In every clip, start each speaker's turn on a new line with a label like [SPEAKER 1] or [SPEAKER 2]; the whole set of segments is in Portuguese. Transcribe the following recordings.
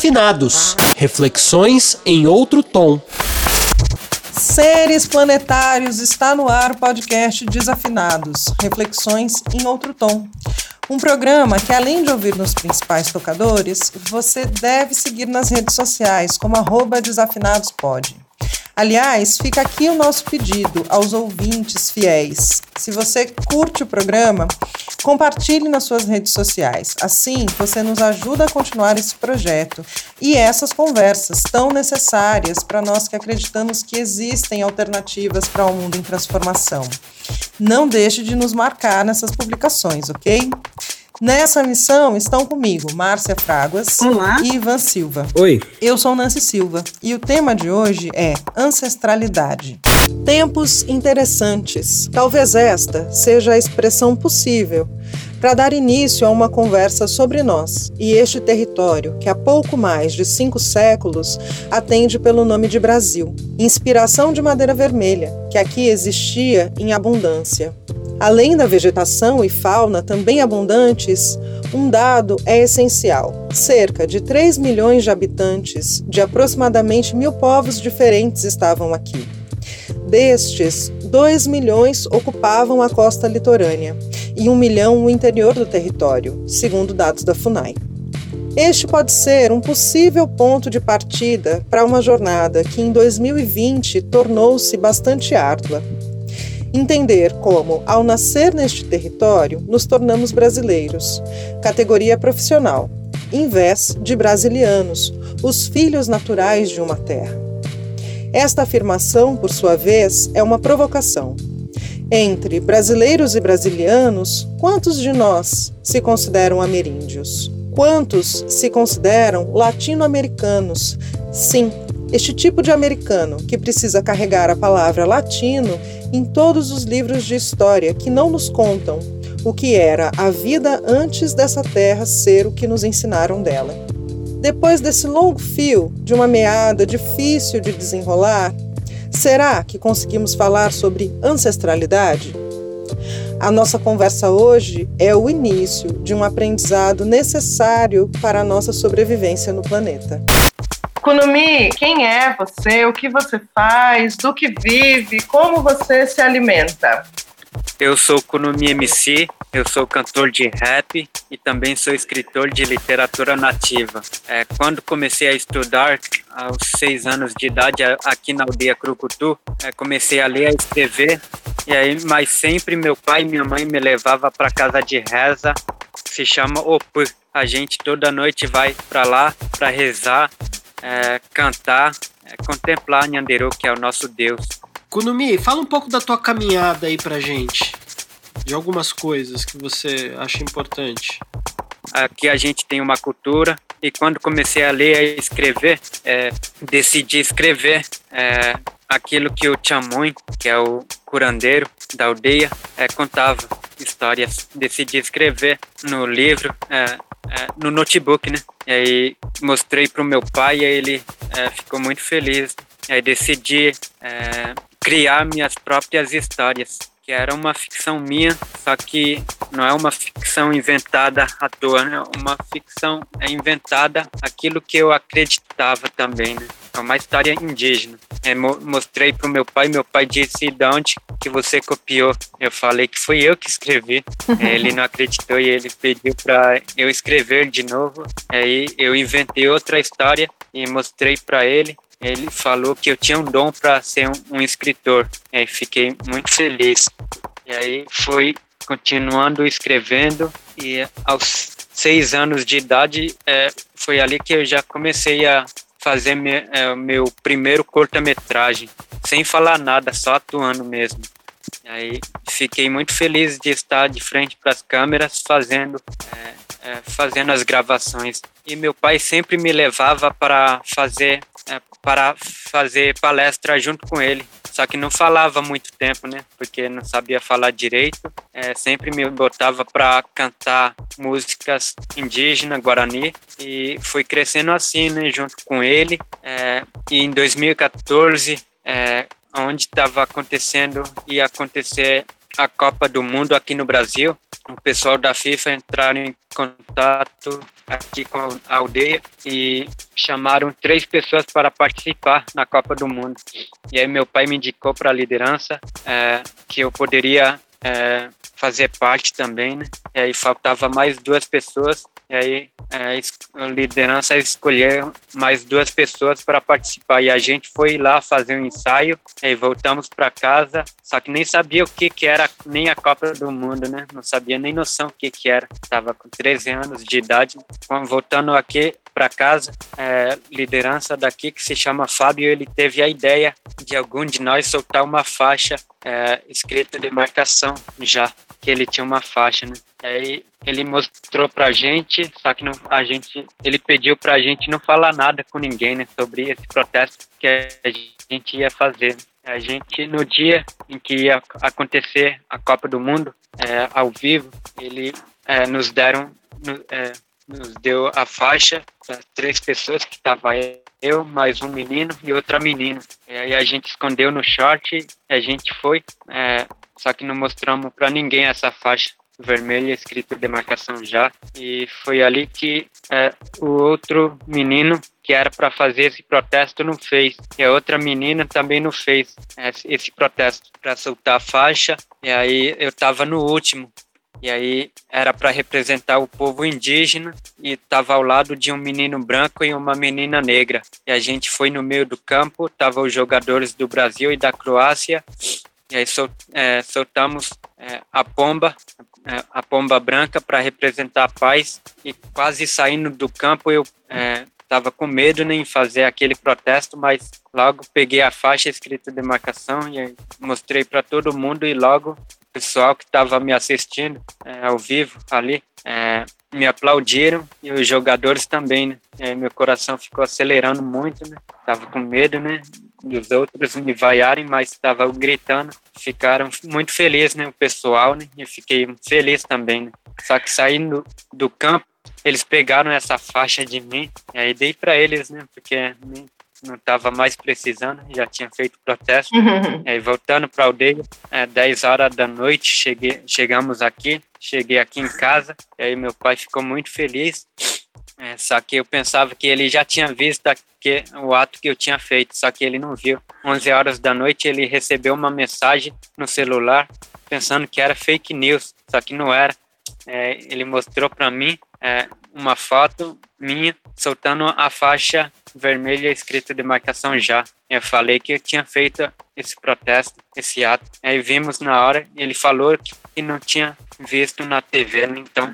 [SPEAKER 1] Desafinados, reflexões em outro tom.
[SPEAKER 2] Seres planetários, está no ar o podcast Desafinados, reflexões em outro tom. Um programa que, além de ouvir nos principais tocadores, você deve seguir nas redes sociais como @desafinadospod. Aliás, fica aqui o nosso pedido aos ouvintes fiéis. Se você curte o programa, compartilhe nas suas redes sociais. Assim, você nos ajuda a continuar esse projeto e essas conversas tão necessárias para nós que acreditamos que existem alternativas para um mundo em transformação. Não deixe de nos marcar nessas publicações, ok? Nessa missão estão comigo Márcia Fraguas.
[SPEAKER 3] Olá.
[SPEAKER 2] E Ivan Silva.
[SPEAKER 4] Oi.
[SPEAKER 2] Eu sou Nancy Silva e o tema de hoje é ancestralidade. Tempos interessantes. Talvez esta seja a expressão possível para dar início a uma conversa sobre nós e este território que há pouco mais de 5 séculos atende pelo nome de Brasil, inspiração de madeira vermelha, que aqui existia em abundância. Além da vegetação e fauna também abundantes, um dado é essencial. Cerca de 3 milhões de habitantes, de aproximadamente 1.000 povos diferentes estavam aqui. Destes, 2 milhões ocupavam a costa litorânea e 1 milhão o interior do território, segundo dados da FUNAI. Este pode ser um possível ponto de partida para uma jornada que em 2020 tornou-se bastante árdua. Entender como, ao nascer neste território, nos tornamos brasileiros, categoria profissional, em vez de brasilianos, os filhos naturais de uma terra. Esta afirmação, por sua vez, é uma provocação. Entre brasileiros e brasilianos, quantos de nós se consideram ameríndios? Quantos se consideram latino-americanos? Sim, este tipo de americano que precisa carregar a palavra latino em todos os livros de história que não nos contam o que era a vida antes dessa terra ser o que nos ensinaram dela. Depois desse longo fio de uma meada difícil de desenrolar, será que conseguimos falar sobre ancestralidade? A nossa conversa hoje é o início de um aprendizado necessário para a nossa sobrevivência no planeta.
[SPEAKER 3] Kunumi, quem é você? O que você faz? Do que vive? Como você se alimenta?
[SPEAKER 4] Eu sou Kunumi MC, eu sou cantor de rap e também sou escritor de literatura nativa. Quando comecei a estudar, aos 6 anos de idade, aqui na aldeia Crucutu, comecei a ler, a escrever, mas sempre meu pai e minha mãe me levavam para casa de reza, se chama Opur. A gente toda noite vai para lá para rezar, cantar, contemplar Nhanderu, que é o nosso Deus.
[SPEAKER 1] Kunumi, fala um pouco da tua caminhada aí pra gente, de algumas coisas que você acha importante.
[SPEAKER 4] Aqui a gente tem uma cultura e quando comecei a ler e escrever, decidi escrever aquilo que o Tchamun, que é o curandeiro da aldeia, contava histórias. Decidi escrever no livro, no notebook, né? E aí mostrei para o meu pai e ele ficou muito feliz. E aí decidi criar minhas próprias histórias, que era uma ficção minha, só que não é uma ficção inventada à toa, né? Uma ficção inventada aquilo que eu acreditava também, né? É uma história indígena. Mostrei para o meu pai disse, de onde que você copiou? Eu falei que fui eu que escrevi. Ele não acreditou e ele pediu para eu escrever de novo. Aí eu inventei outra história e mostrei para ele. Ele falou que eu tinha um dom para ser um escritor. E aí fiquei muito feliz. E aí fui continuando escrevendo e aos 6 anos de idade foi ali que eu já comecei a fazer meu primeiro curta-metragem, sem falar nada, só atuando mesmo. E aí fiquei muito feliz de estar de frente para as câmeras fazendo as gravações. E meu pai sempre me levava para fazer palestra junto com ele. Só que não falava muito tempo, né? Porque não sabia falar direito. Sempre me botava para cantar músicas indígenas, guarani. E fui crescendo assim, né? Junto com ele. E em 2014, onde estava acontecendo, ia acontecer a Copa do Mundo aqui no Brasil, o pessoal da FIFA entraram em contato aqui com a aldeia e chamaram 3 pessoas para participar na Copa do Mundo. E aí meu pai me indicou para a liderança que eu poderia fazer parte também, né? E aí faltava mais 2 pessoas. E aí a liderança escolheu mais 2 pessoas para participar. E a gente foi lá fazer um ensaio, e voltamos para casa, só que nem sabia o que era nem a Copa do Mundo, né? Não sabia nem noção o que era. Estava com 13 anos de idade. Voltando aqui para casa, liderança daqui que se chama Fábio, ele teve a ideia de algum de nós soltar uma faixa escrita demarcação já, que ele tinha uma faixa, né? Aí ele mostrou pra gente, só que ele pediu pra gente não falar nada com ninguém, né, sobre esse protesto que a gente ia fazer. A gente, no dia em que ia acontecer a Copa do Mundo, ao vivo, ele nos deu a faixa para 3 pessoas, que estava eu, mais um menino e outra menina. E aí a gente escondeu no short, a gente foi, só que não mostramos para ninguém essa faixa vermelha escrito demarcação já, e foi ali que o outro menino que era para fazer esse protesto não fez, e a outra menina também não fez esse protesto para soltar a faixa. E aí eu estava no último, e aí era para representar o povo indígena e estava ao lado de um menino branco e uma menina negra. E a gente foi no meio do campo, estavam os jogadores do Brasil e da Croácia, e aí soltamos a pomba branca para representar a paz. E quase saindo do campo eu estava com medo em fazer aquele protesto, mas logo peguei a faixa escrita demarcação e aí mostrei para todo mundo, e logo o pessoal que estava me assistindo ao vivo ali me aplaudiram, e os jogadores também, né? E aí meu coração ficou acelerando muito, né? Tava com medo, né, dos outros me vaiarem, mas estava gritando. Ficaram muito felizes, né, o pessoal, né? E eu fiquei feliz também, né? Só que saindo do campo, eles pegaram essa faixa de mim, e aí dei para eles, né, porque não estava mais precisando, já tinha feito protesto. E aí voltando para a aldeia, 10 horas da noite, cheguei aqui em casa, e aí meu pai ficou muito feliz, só que eu pensava que ele já tinha visto o ato que eu tinha feito, só que ele não viu. 11 horas da noite ele recebeu uma mensagem no celular, pensando que era fake news, só que não era. Ele mostrou para mim uma foto minha soltando a faixa vermelha escrito demarcação já. Eu falei que eu tinha feito esse protesto, esse ato. Aí vimos na hora, ele falou que não tinha visto na TV, então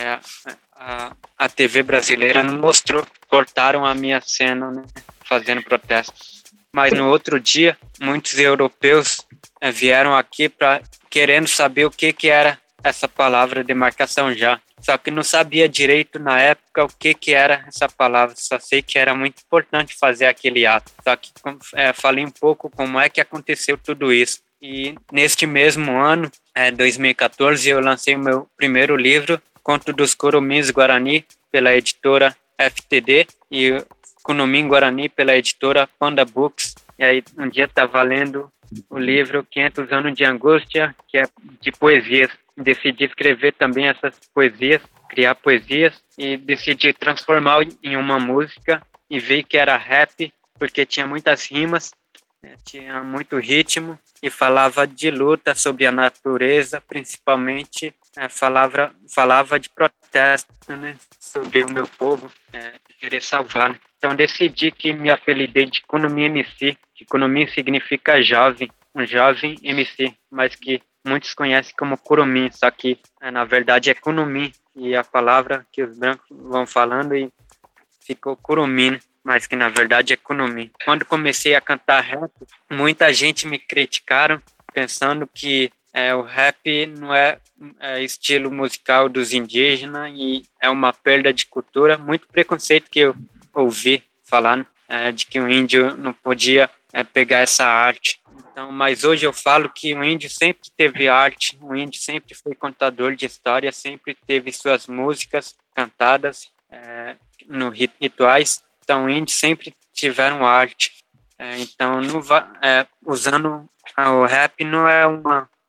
[SPEAKER 4] a TV brasileira não mostrou, cortaram a minha cena, né, fazendo protesto. Mas no outro dia, muitos europeus vieram aqui querendo saber o que era essa palavra demarcação já. Só que não sabia direito na época o que era essa palavra, só sei que era muito importante fazer aquele ato. Só que falei um pouco como é que aconteceu tudo isso. E neste mesmo ano, 2014, eu lancei o meu primeiro livro, Conto dos Curumins Guarani, pela editora FTD, e Curumim Guarani, pela editora Panda Books. E aí um dia estava lendo o livro 500 anos de angústia, que é de poesias. Decidi escrever também essas poesias, criar poesias, e decidi transformar em uma música, e vi que era rap, porque tinha muitas rimas, tinha muito ritmo, e falava de luta sobre a natureza, principalmente falava de protesto, né, sobre o meu povo, querer salvar, né? Então decidi que me apelidei de Curumim MC, que Curumim significa jovem, um jovem MC, mas que muitos conhecem como Curumim, só que na verdade é Curumim, e a palavra que os brancos vão falando e ficou Curumim, né? Mas que na verdade é Curumim. Quando comecei a cantar rap, muita gente me criticaram, pensando que o rap não é estilo musical dos indígenas e é uma perda de cultura. Muito preconceito que eu ouvi falando de que o índio não podia pegar essa arte. Então, mas hoje eu falo que o índio sempre teve arte, o índio sempre foi contador de história, sempre teve suas músicas cantadas no rituais. Então, índios sempre tiveram arte. Então, usando o rap não é uma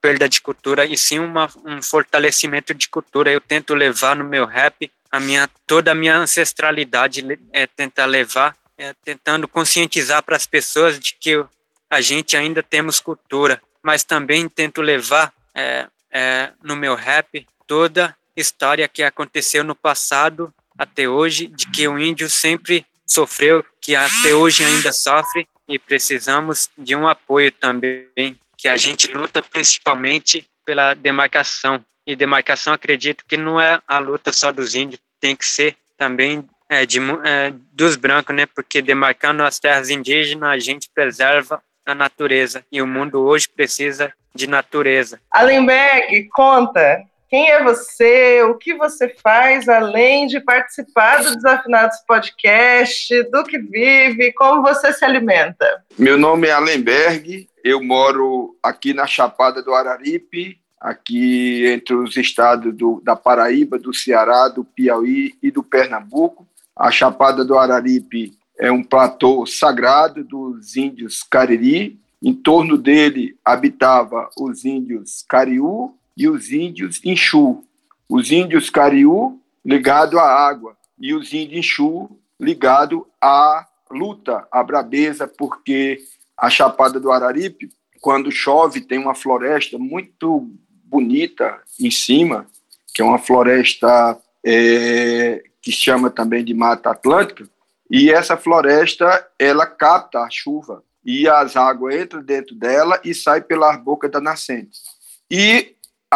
[SPEAKER 4] perda de cultura, e sim um fortalecimento de cultura. Eu tento levar no meu rap toda a minha ancestralidade, tentar levar, tentando conscientizar para as pessoas de que a gente ainda temos cultura, mas também tento levar no meu rap toda história que aconteceu no passado até hoje, de que o índio sempre sofreu, que até hoje ainda sofre, e precisamos de um apoio também, que a gente luta principalmente pela demarcação. E demarcação, acredito que não é a luta só dos índios, tem que ser também dos brancos, né? Porque demarcando as terras indígenas, a gente preserva a natureza, e o mundo hoje precisa de natureza.
[SPEAKER 3] Alemberg, conta, quem é você, o que você faz além de participar do Desafinados Podcast, do que vive, como você se alimenta?
[SPEAKER 5] Meu nome é Alemberg, eu moro aqui na Chapada do Araripe, aqui entre os estados da Paraíba, do Ceará, do Piauí e do Pernambuco. A Chapada do Araripe é um platô sagrado dos índios Cariri. Em torno dele habitava os índios Cariú e os índios Inxu. Os índios Cariú ligado à água e os índios Inxu ligado à luta, à brabeza, porque a Chapada do Araripe, quando chove, tem uma floresta muito bonita em cima, que é uma floresta que se chama também de Mata Atlântica, e essa floresta ela capta a chuva e as águas entram dentro dela e saem pela boca da nascente. E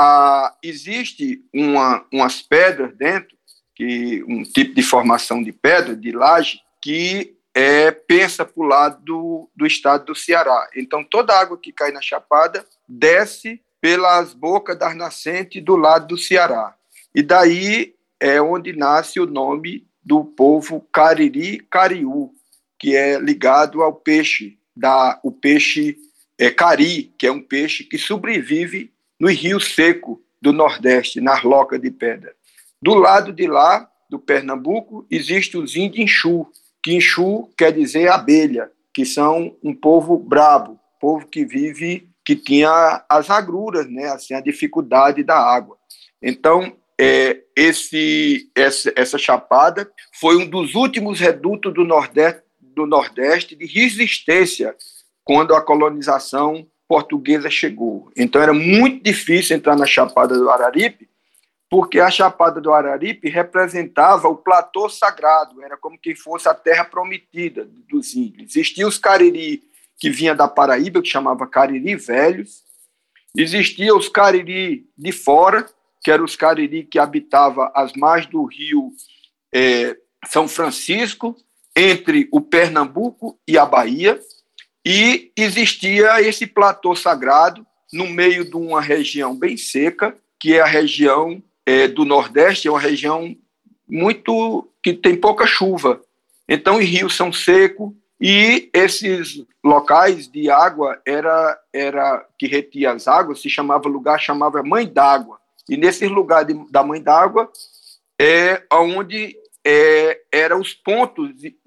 [SPEAKER 5] existe umas pedras dentro, um tipo de formação de pedra, de laje, que pensa para o lado do estado do Ceará. Então, toda a água que cai na Chapada desce pelas bocas das nascentes do lado do Ceará. E daí é onde nasce o nome do povo Cariri-Cariú, que é ligado ao peixe, o peixe cari, que é um peixe que sobrevive no rio seco do Nordeste, nas locas de pedra. Do lado de lá, do Pernambuco, existe os índios Inxu, que Inxu quer dizer abelha, que são um povo brabo, povo que tinha as agruras, né, assim, a dificuldade da água. Então, essa chapada foi um dos últimos redutos do Nordeste de resistência quando a colonização portuguesa chegou. Então era muito difícil entrar na Chapada do Araripe, porque a Chapada do Araripe representava o platô sagrado, era como que fosse a terra prometida dos índios. Existiam os Cariri que vinha da Paraíba, que chamava Cariri Velhos, existiam os Cariri de fora, que eram os Cariri que habitavam as margens do rio São Francisco, entre o Pernambuco e a Bahia, e existia esse platô sagrado no meio de uma região bem seca, que é a região do Nordeste, é uma região que tem pouca chuva. Então, os rios são secos e esses locais de água que retia as águas, chamava Mãe d'Água. E nesses lugares da Mãe d'Água é onde eram os pontos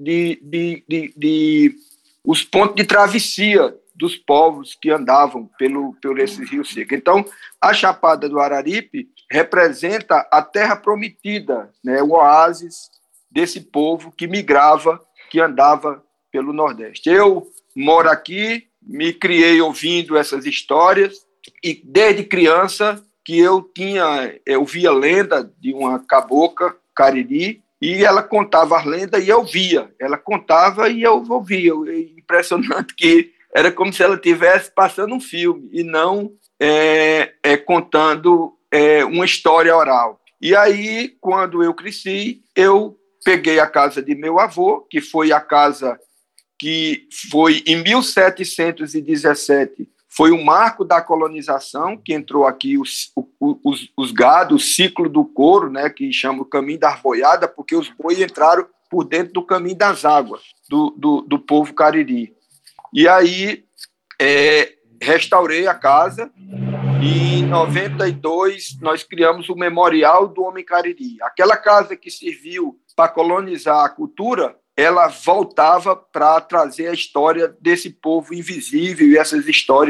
[SPEAKER 5] os pontos de travessia dos povos que andavam por esse rio seco. Então, a Chapada do Araripe representa a terra prometida, né, o oásis desse povo que migrava, que andava pelo Nordeste. Eu moro aqui, me criei ouvindo essas histórias, e desde criança que eu via lenda de uma cabocla Cariri, e ela contava as lendas e eu via. Ela contava e eu ouvia. Impressionante que era como se ela estivesse passando um filme e não contando uma história oral. E aí, quando eu cresci, eu peguei a casa de meu avô, que foi a casa que foi em 1717, foi o marco da colonização, que entrou aqui os gados, o ciclo do couro, né, que chama o caminho da arboiada, porque os bois entraram por dentro do caminho das águas do povo Cariri. E aí restaurei a casa e em 92 nós criamos o Memorial do Homem Cariri. Aquela casa que serviu para colonizar a cultura, ela voltava para trazer a história desse povo invisível e essas histórias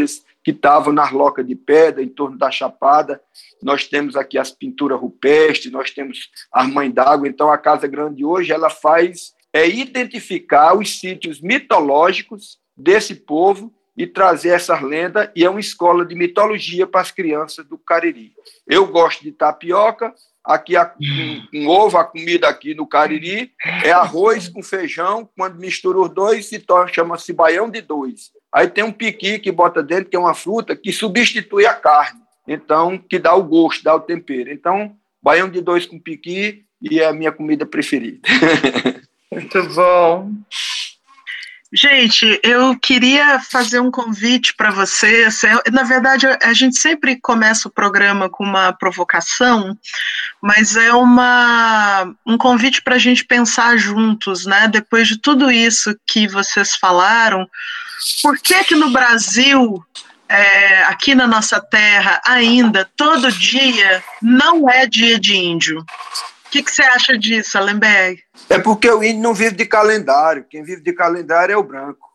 [SPEAKER 5] que estavam nas locas de pedra, em torno da Chapada. Nós temos aqui as pinturas rupestres, nós temos as mães d'água. Então, a Casa Grande hoje ela faz identificar os sítios mitológicos desse povo e trazer essas lendas, e é uma escola de mitologia para as crianças do Cariri. Eu gosto de tapioca, aqui um ovo, a comida aqui no Cariri é arroz com feijão, quando mistura os dois chama-se baião de dois. Aí tem um piqui que bota dentro, que é uma fruta que substitui a carne, então que dá o gosto, dá o tempero. Então, baião de dois com piqui e é a minha comida preferida.
[SPEAKER 3] Muito bom. Gente, eu queria fazer um convite para vocês. Na verdade, a gente sempre começa o programa com uma provocação, mas é um convite para a gente pensar juntos, né? Depois de tudo isso que vocês falaram, por que no Brasil, aqui na nossa terra, ainda, todo dia, não é dia de índio? O que você acha disso, Allenberg?
[SPEAKER 5] É porque o índio não vive de calendário. Quem vive de calendário é o branco.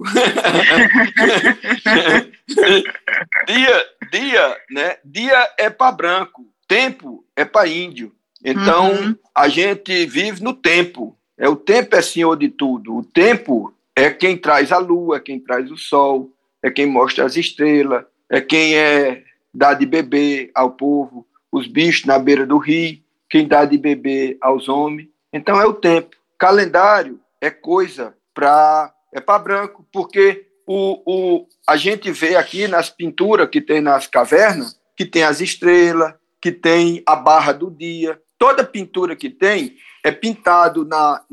[SPEAKER 5] Dia é para branco, tempo é para índio. Então, a gente vive no tempo. O tempo é senhor de tudo. O tempo é quem traz a lua, é quem traz o sol, é quem mostra as estrelas, é quem dá de beber ao povo, os bichos na beira do rio, quem dá de beber aos homens. Então é o tempo. Calendário é coisa para branco, porque a gente vê aqui nas pinturas que tem nas cavernas, que tem as estrelas, que tem a barra do dia. Toda pintura que tem é pintado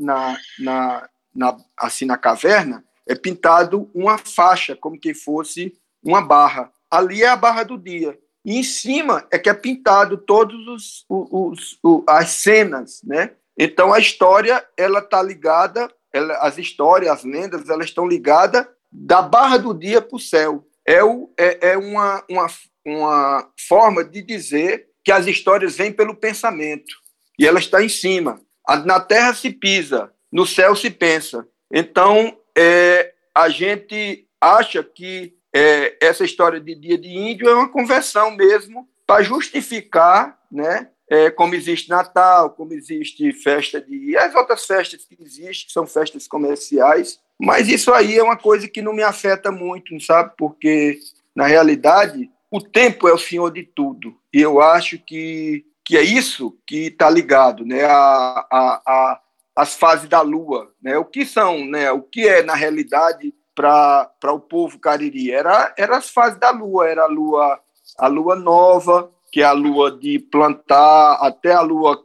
[SPEAKER 5] assim na caverna, é pintado uma faixa, como que fosse uma barra. Ali é a barra do dia. E em cima é que é pintado todos as cenas, né? Então a história ela está ligada, as histórias, as lendas, elas estão ligadas da barra do dia para o céu. É uma forma de dizer que as histórias vêm pelo pensamento e ela está em cima. Na terra se pisa, no céu se pensa. Então a gente acha que essa história de dia de índio é uma conversão mesmo para justificar, né? Como existe Natal, como existe festa e as outras festas que existem, que são festas comerciais, mas isso aí é uma coisa que não me afeta muito, sabe? Porque, na realidade, o tempo é o senhor de tudo, e eu acho que é isso que está ligado, né? As fases da lua, né? O que são, né? O que é, na realidade, para o povo cariri? Era as fases da lua, era a lua nova, que é a lua de plantar, até a lua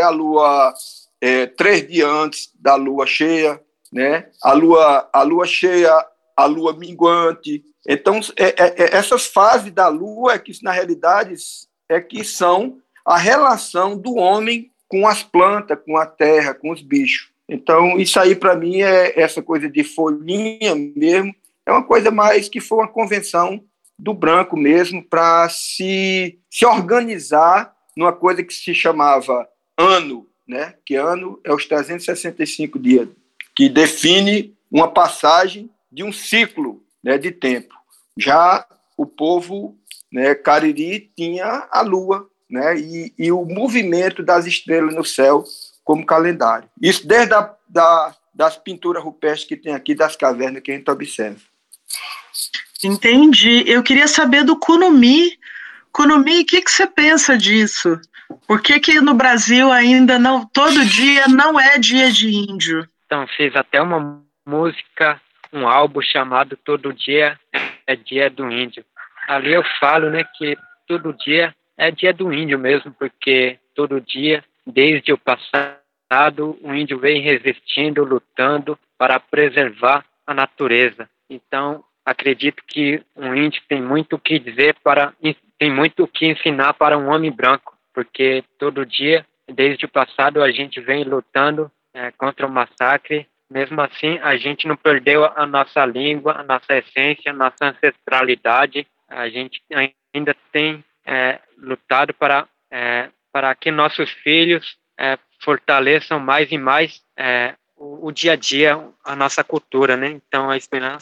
[SPEAKER 5] 3 dias antes da lua cheia, né? A lua cheia, a lua minguante. Então, essas fases da lua que, na realidade, que são a relação do homem com as plantas, com a terra, com os bichos. Então, isso aí, para mim, essa coisa de folhinha mesmo, é uma coisa mais que foi uma convenção do branco mesmo para se organizar numa coisa que se chamava ano, né? Que ano é os 365 dias, que define uma passagem de um ciclo, né, de tempo. Já o povo, né, cariri tinha a lua, né, e o movimento das estrelas no céu como calendário. Isso desde das pinturas rupestres que tem aqui, das cavernas que a gente observa.
[SPEAKER 3] Entendi. Eu queria saber do Kunumi. Kunumi, o que você pensa disso? Por que no Brasil ainda não, todo dia não é dia de índio?
[SPEAKER 4] Então, fiz até uma música, um álbum chamado Todo Dia é Dia do Índio. Ali eu falo, né, que todo dia é dia do índio mesmo, porque todo dia, desde o passado, o índio vem resistindo, lutando para preservar a natureza. Então, acredito que um índio tem muito o que dizer, tem muito o que ensinar para um homem branco, porque todo dia, desde o passado, a gente vem lutando contra o massacre. Mesmo assim, a gente não perdeu a nossa língua, a nossa essência, a nossa ancestralidade. A gente ainda tem lutado para que nossos filhos fortaleçam mais e mais o dia a dia, a nossa cultura, né? Então, a esperança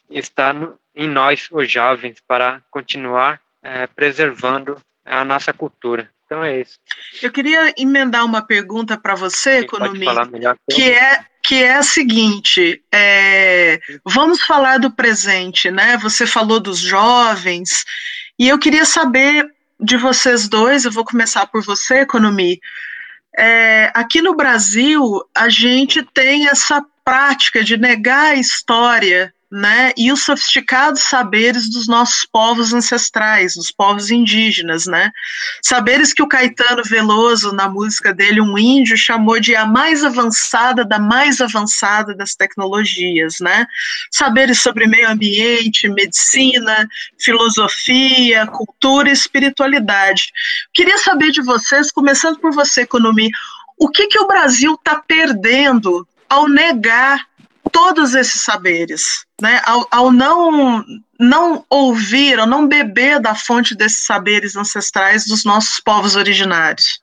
[SPEAKER 4] está em nós, os jovens, para continuar preservando a nossa cultura. Então é isso.
[SPEAKER 3] Eu queria emendar uma pergunta para você, Economi, que é a seguinte, vamos falar do presente, né? Você falou dos jovens, e eu queria saber de vocês dois, eu vou começar por você, Economi. Aqui no Brasil, a gente tem essa prática de negar a história, né, e os sofisticados saberes dos nossos povos ancestrais, dos povos indígenas, né, saberes que o Caetano Veloso, na música dele, Um Índio, chamou de a mais avançada da mais avançada das tecnologias, né, saberes sobre meio ambiente, medicina, filosofia, cultura e espiritualidade. Queria saber de vocês, começando por você, Economi, o que o Brasil está perdendo ao negar todos esses saberes, né? Ao não ouvir, ao não beber da fonte desses saberes ancestrais dos nossos povos originários.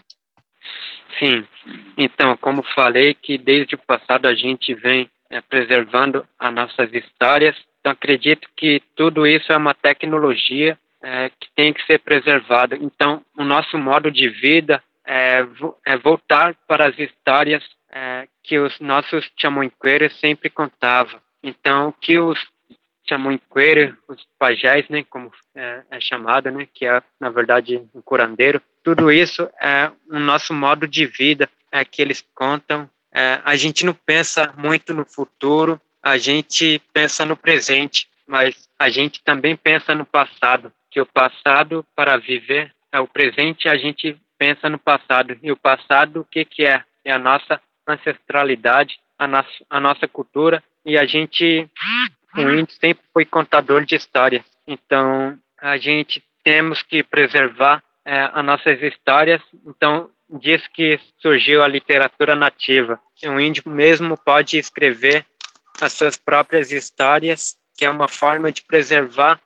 [SPEAKER 4] Sim, então, como falei, que desde o passado a gente vem preservando as nossas histórias, então acredito que tudo isso é uma tecnologia que tem que ser preservada. Então, o nosso modo de vida é voltar para as histórias que os nossos chamunqueiros sempre contavam. Então, que os chamunqueiros, os pajés, né, como é chamado, né, que é, na verdade, um curandeiro, tudo isso é o nosso modo de vida que eles contam. A gente não pensa muito no futuro, a gente pensa no presente, mas a gente também pensa no passado, que o passado, para viver, é o presente, a gente pensa no passado. E o passado, o que é? É a nossa ancestralidade, a nossa cultura, e a gente, o índio sempre foi contador de histórias. Então, a gente temos que preservar as nossas histórias. Então, diz que surgiu a literatura nativa. O índio mesmo pode escrever as suas próprias histórias, que é uma forma de preservar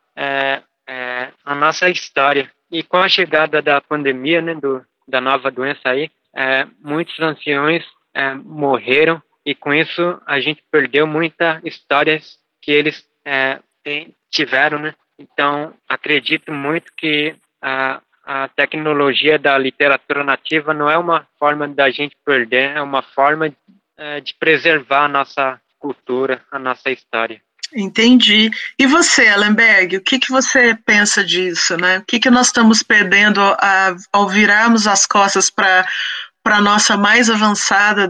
[SPEAKER 4] a nossa história. E com a chegada da pandemia, né, da nova doença aí, muitos anciões morreram, e com isso a gente perdeu muitas histórias que eles tiveram, né? Então, acredito muito que a tecnologia da literatura nativa não é uma forma da gente perder, é uma forma de preservar a nossa cultura, a nossa história.
[SPEAKER 3] Entendi. E você, Ellenberg, o que você pensa disso, né? O que nós estamos perdendo ao virarmos as costas para a nossa mais avançada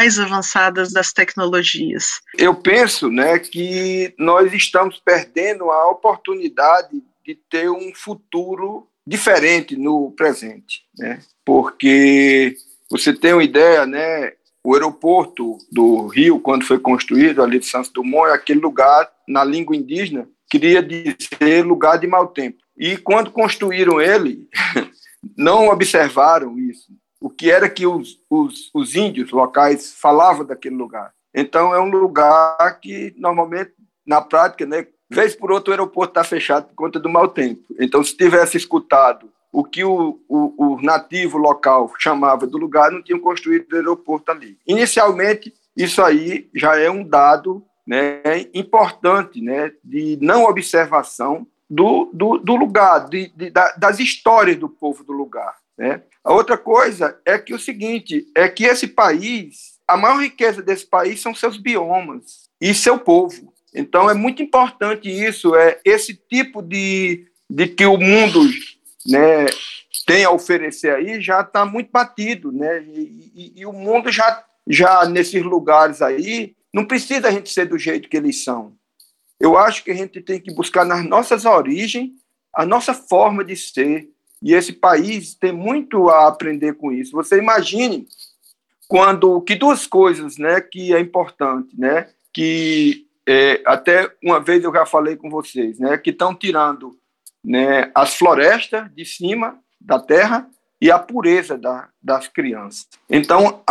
[SPEAKER 3] das tecnologias?
[SPEAKER 5] Eu penso, né, que nós estamos perdendo a oportunidade de ter um futuro diferente no presente, né? Porque você tem uma ideia, né? O aeroporto do Rio, quando foi construído, ali de Santos Dumont, é aquele lugar, na língua indígena, queria dizer lugar de mau tempo. E quando construíram ele, não observaram isso. O que era que os índios locais falavam daquele lugar. Então, é um lugar que, normalmente, na prática, né, vez por outra, o aeroporto está fechado por conta do mau tempo. Então, se tivesse escutado o que o nativo local chamava do lugar, não tinham construído o aeroporto ali. Inicialmente, isso aí já é um dado, né, importante, né, de não observação do lugar, das histórias do povo do lugar, né? A outra coisa é que o seguinte, é que esse país, a maior riqueza desse país são seus biomas e seu povo. Então, é muito importante isso, esse tipo de que o mundo, né, tem a oferecer aí, já está muito batido, né? E o mundo já nesses lugares aí, não precisa a gente ser do jeito que eles são. Eu acho que a gente tem que buscar nas nossas origens a nossa forma de ser, e esse país tem muito a aprender com isso. Você imagine que duas coisas, né, que é importante, né, que até uma vez eu já falei com vocês, né, que estão tirando, né, as florestas de cima da terra e a pureza das crianças. Então,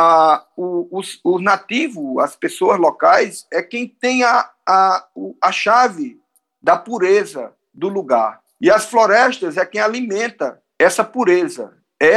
[SPEAKER 5] os nativos, as pessoas locais, é quem tem a chave da pureza do lugar. E as florestas é quem alimenta essa pureza.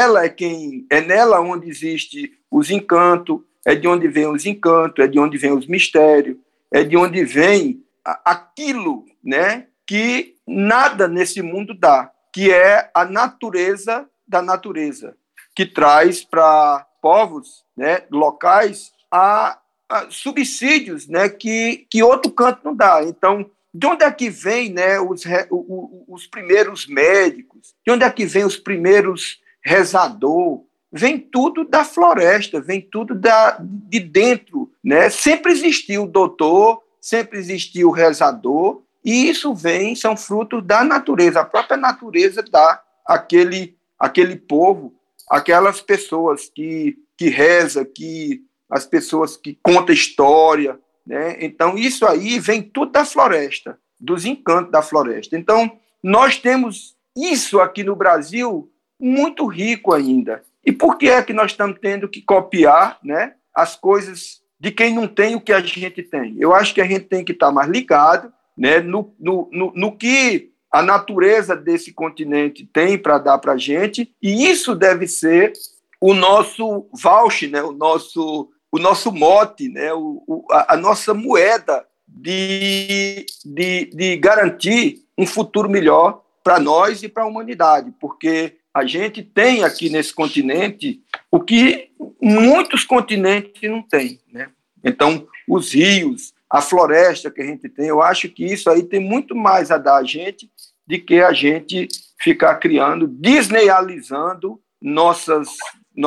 [SPEAKER 5] É nela onde existe os encantos, é de onde vem os encantos, é de onde vem os mistérios, é de onde vem aquilo, né, que nada nesse mundo dá, que é a natureza da natureza, que traz para povos, né, locais a subsídios, né, que outro canto não dá. Então, de onde é que vem, né, os primeiros médicos? De onde é que vem os primeiros rezadores? Vem tudo da floresta, vem tudo de dentro, né? Sempre existiu o doutor, sempre existiu o rezador, e isso são frutos da natureza. A própria natureza dá aquele povo, aquelas pessoas que reza, as pessoas que contam história, né? Então, isso aí vem tudo da floresta, dos encantos da floresta. Então, nós temos isso aqui no Brasil muito rico ainda. E por que é que nós estamos tendo que copiar, né, as coisas de quem não tem o que a gente tem? Eu acho que a gente tem que estar mais ligado, né, no que a natureza desse continente tem para dar para a gente, e isso deve ser o nosso voucher, né, o nosso mote, né, a nossa moeda de garantir um futuro melhor para nós e para a humanidade, porque a gente tem aqui nesse continente o que muitos continentes não têm, né? Então, os rios, a floresta que a gente tem, eu acho que isso aí tem muito mais a dar a gente do que a gente ficar criando, desnealizando nossos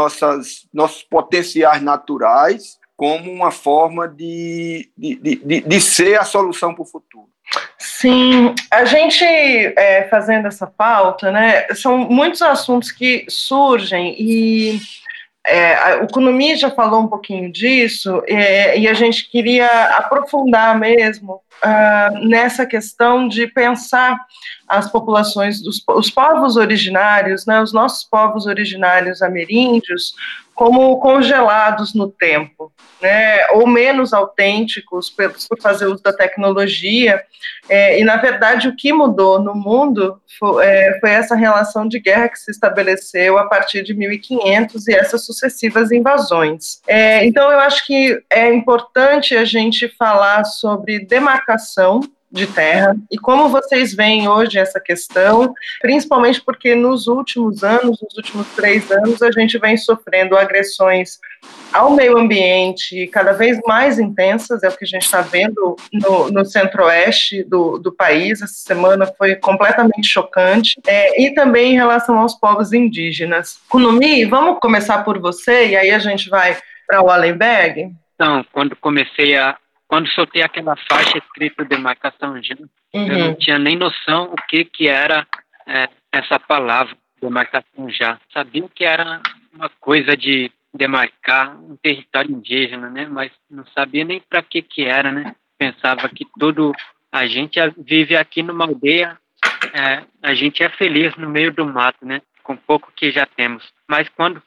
[SPEAKER 5] potenciais naturais como uma forma de ser a solução para o futuro.
[SPEAKER 2] Sim, a gente fazendo essa pauta, né, são muitos assuntos que surgem e o Kunumi já falou um pouquinho disso e a gente queria aprofundar mesmo nessa questão de pensar as populações, os povos originários, né, os nossos povos originários ameríndios, como congelados no tempo, né, ou menos autênticos por fazer uso da tecnologia, e na verdade o que mudou no mundo foi essa relação de guerra que se estabeleceu a partir de 1500 e essas sucessivas invasões. Então eu acho que é importante a gente falar sobre demarcação de terra e como vocês veem hoje essa questão, principalmente porque nos últimos 3 anos, a gente vem sofrendo agressões ao meio ambiente cada vez mais intensas, é o que a gente está vendo no centro-oeste do país. Essa semana foi completamente chocante, e também em relação aos povos indígenas. Kunumi, vamos começar por você, e aí a gente vai para o Wallenberg?
[SPEAKER 4] Então, quando soltei aquela faixa escrita demarcação já, eu não tinha nem noção o que era essa palavra, demarcação já. Sabia que era uma coisa de demarcar um território indígena, né? Mas não sabia nem para que era, né? Pensava que a gente vive aqui numa aldeia, a gente é feliz no meio do mato, né? Com pouco que já temos. Mas quando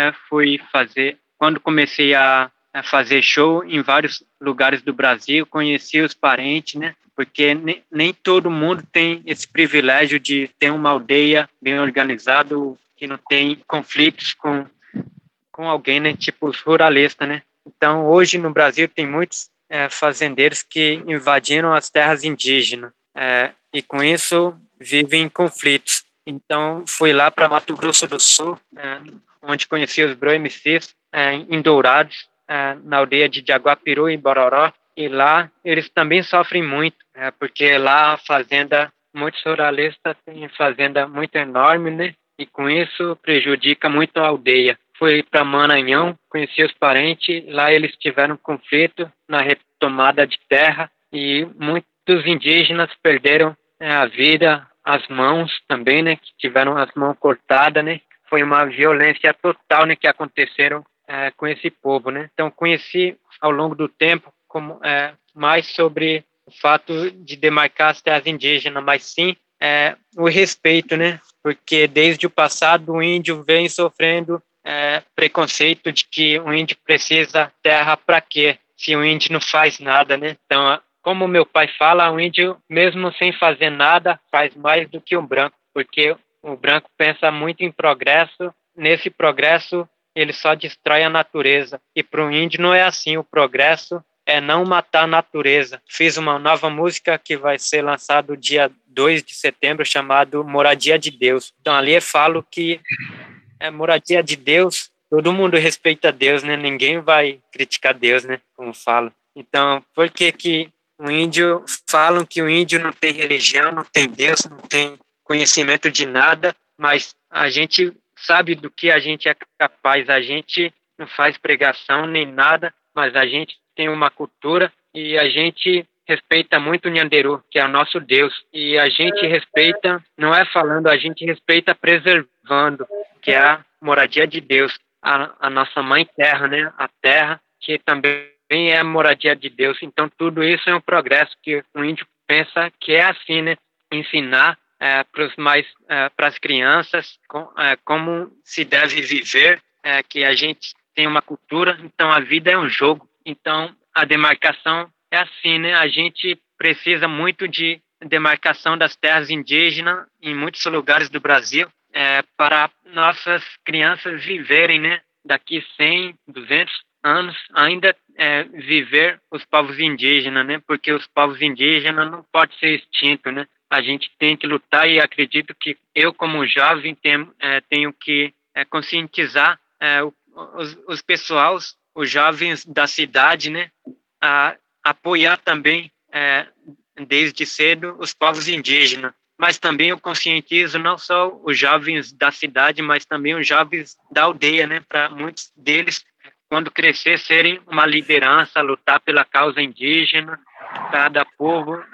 [SPEAKER 4] comecei a fazer show em vários lugares do Brasil, conheci os parentes, né? Porque nem todo mundo tem esse privilégio de ter uma aldeia bem organizada, que não tem conflitos com alguém, né? Tipo os ruralistas, né? Então, hoje no Brasil tem muitos fazendeiros que invadiram as terras indígenas e com isso vivem em conflitos. Então, fui lá para Mato Grosso do Sul, onde conheci os Bro-MCs em Dourados, na aldeia de Jaguapiru e Bororó, e lá eles também sofrem muito, porque lá a fazenda, muitos ruralistas têm fazenda muito enorme, né? E com isso prejudica muito a aldeia. Fui para Maranhão, conheci os parentes, lá eles tiveram conflito na retomada de terra e muitos indígenas perderam a vida, as mãos também, né? Que tiveram as mãos cortadas, né? Foi uma violência total, né? Que aconteceram com esse povo, né? Então conheci ao longo do tempo mais sobre o fato de demarcar as terras indígenas, mas sim o respeito, né? Porque desde o passado o índio vem sofrendo preconceito de que o índio precisa terra para quê? Se o índio não faz nada, né? Então, como meu pai fala, o índio, mesmo sem fazer nada, faz mais do que o branco, porque o branco pensa muito em progresso. Nesse progresso ele só destrói a natureza. E para o índio não é assim. O progresso é não matar a natureza. Fiz uma nova música que vai ser lançada dia 2 de setembro, chamado Moradia de Deus. Então ali eu falo que é moradia de Deus, todo mundo respeita Deus, né? Ninguém vai criticar Deus, né? Como falo. Então, por que o índio falam que o índio não tem religião, não tem Deus, não tem conhecimento de nada, mas a gente sabe do que a gente é capaz, a gente não faz pregação nem nada, mas a gente tem uma cultura e a gente respeita muito o Nyanderu, que é o nosso Deus, e a gente respeita, não é falando, a gente respeita preservando, que é a moradia de Deus, a nossa mãe terra, né? A terra, que também é a moradia de Deus. Então tudo isso é um progresso que o índio pensa que é assim, né? Ensinar para as crianças como se deve viver, que a gente tem uma cultura, então a vida é um jogo. Então a demarcação é assim, né? A gente precisa muito de demarcação das terras indígenas em muitos lugares do Brasil, para nossas crianças viverem, né? Daqui 100, 200 anos ainda viver os povos indígenas, né? Porque os povos indígenas não podem ser extintos, né? A gente tem que lutar e acredito que eu, como jovem, tenho que conscientizar os pessoais, os jovens da cidade, né? A apoiar também, desde cedo, os povos indígenas. Mas também eu conscientizo não só os jovens da cidade, mas também os jovens da aldeia, né? Para muitos deles, quando crescer, serem uma liderança, lutar pela causa indígena, cada povo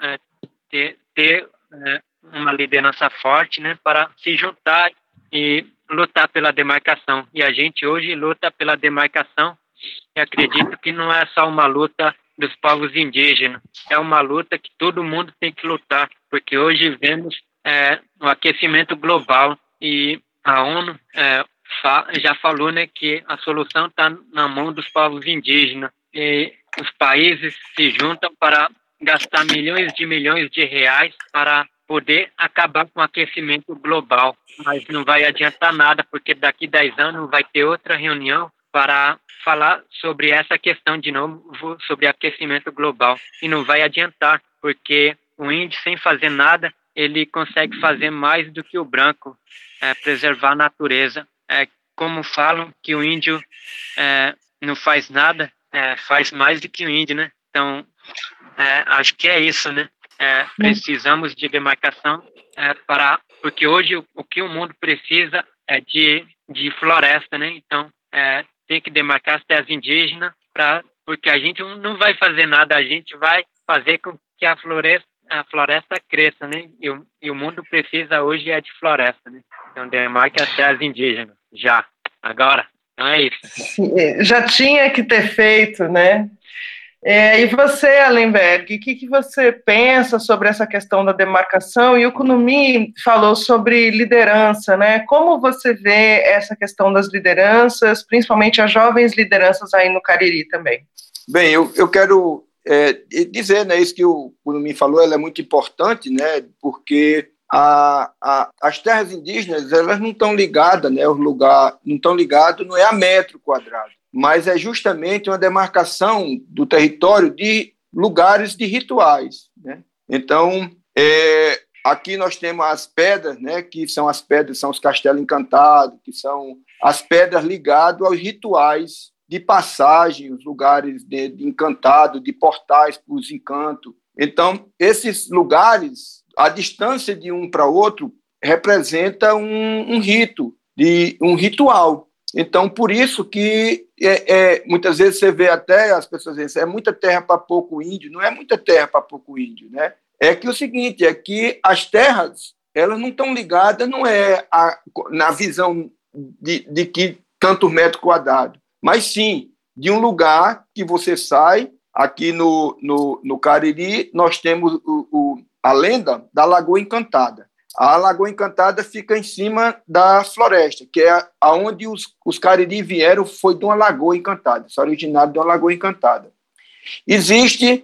[SPEAKER 4] ter uma liderança forte, né? Para se juntar e lutar pela demarcação. E a gente hoje luta pela demarcação e acredito que não é só uma luta dos povos indígenas, é uma luta que todo mundo tem que lutar, porque hoje vemos o aquecimento global e a ONU já falou, né, que a solução está na mão dos povos indígenas e os países se juntam para gastar milhões de reais para poder acabar com o aquecimento global, mas não vai adiantar nada, porque daqui 10 anos vai ter outra reunião para falar sobre essa questão de novo, sobre aquecimento global. E não vai adiantar, porque o índio, sem fazer nada, ele consegue fazer mais do que o branco, preservar a natureza. Como falam que o índio não faz nada, faz mais do que o índio, né? Então, acho que é isso, né? Precisamos de demarcação, porque hoje o que o mundo precisa é de floresta, né? Então, tem que demarcar as terras indígenas, porque a gente não vai fazer nada, a gente vai fazer com que a floresta cresça, né? E o mundo precisa hoje de floresta, né? Então demarque as terras indígenas, já, agora. Então é isso.
[SPEAKER 2] Sim, já tinha que ter feito, né? E você, Allenberg, o que você pensa sobre essa questão da demarcação? E o Kunumi falou sobre liderança, né? Como você vê essa questão das lideranças, principalmente as jovens lideranças aí no Cariri também?
[SPEAKER 5] Bem, eu quero dizer, né, isso que o Kunumi falou, ela é muito importante, né? Porque as terras indígenas, elas não estão ligadas, né? O lugar não estão ligados, não é a metro quadrado, mas é justamente uma demarcação do território de lugares de rituais, né? Então, aqui nós temos as pedras, né, que são as pedras, são os castelos encantados, que são as pedras ligadas aos rituais de passagem, os lugares de encantado, de portais para os encantos. Então, esses lugares, a distância de um para outro, representa um rito, um ritual. Então, por isso que muitas vezes você vê até as pessoas dizendo, é muita terra para pouco índio. Não é muita terra para pouco índio, né? É que o seguinte, é que as terras, elas não estão ligadas, não é na visão de que tantos metros quadrados, mas sim de um lugar que você sai. Aqui no Cariri, nós temos a lenda da Lagoa Encantada. A Lagoa Encantada fica em cima da floresta, que é aonde os Cariri vieram, foi de uma lagoa encantada, isso é originário de uma lagoa encantada. Existe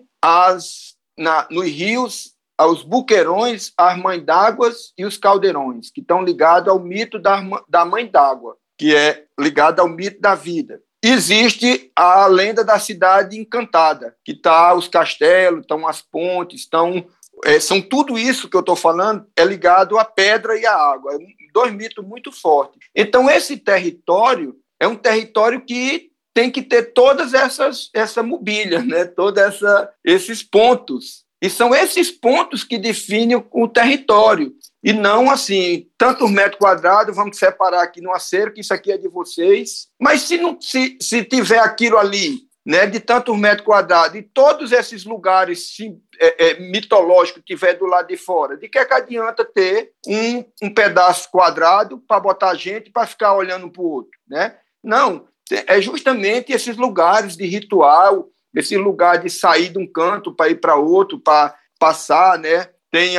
[SPEAKER 5] nos rios os buqueirões, as mães d'águas e os caldeirões, que estão ligados ao mito da mãe d'água, que é ligado ao mito da vida. existe a lenda da cidade encantada, que está os castelos, estão as pontes, são tudo isso que eu estou falando é ligado à pedra e à água. Dois mitos muito fortes. Então, esse território é um território que tem que ter todas essa mobília, né? Todos esses pontos. E são esses pontos que definem o território. E não assim, tantos metros quadrados, vamos separar aqui no acero, que isso aqui é de vocês. Mas se tiver aquilo ali, né, de tantos metros quadrados, e todos esses lugares mitológicos que tiver do lado de fora, de que adianta ter um pedaço quadrado para botar gente para ficar olhando para o outro, né? Não, é justamente esses lugares de ritual, esse lugar de sair de um canto para ir para outro, para passar, né? Tem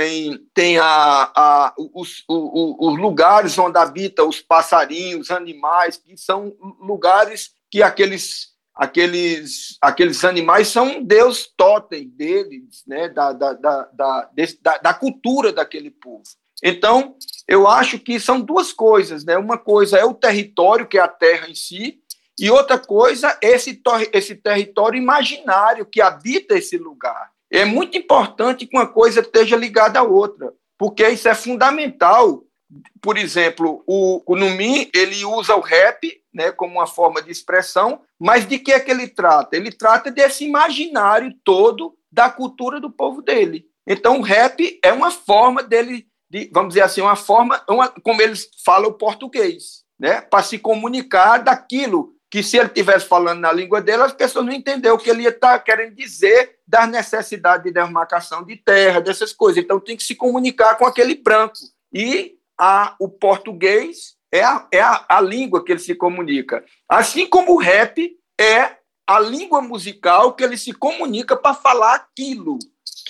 [SPEAKER 5] os lugares onde habitam os passarinhos, os animais, que são lugares que aqueles animais são um deus totem deles, né? da cultura daquele povo. Então, eu acho que são duas coisas, né? Uma coisa é o território, que é a terra em si, e outra coisa é esse território imaginário que habita esse lugar. É muito importante que uma coisa esteja ligada à outra, porque isso é fundamental. Por exemplo, o Numim, ele usa o rap, né, como uma forma de expressão, mas de que é que ele trata? Ele trata desse imaginário todo da cultura do povo dele. Então, o rap é uma forma dele, vamos dizer assim, como eles falam o português, né, para se comunicar daquilo que, se ele estivesse falando na língua dele, as pessoas não entenderam o que ele ia estar querendo dizer das necessidades de demarcação de terra, dessas coisas. Então, tem que se comunicar com aquele branco. E o português é a língua que ele se comunica. Assim como o rap é a língua musical que ele se comunica para falar aquilo que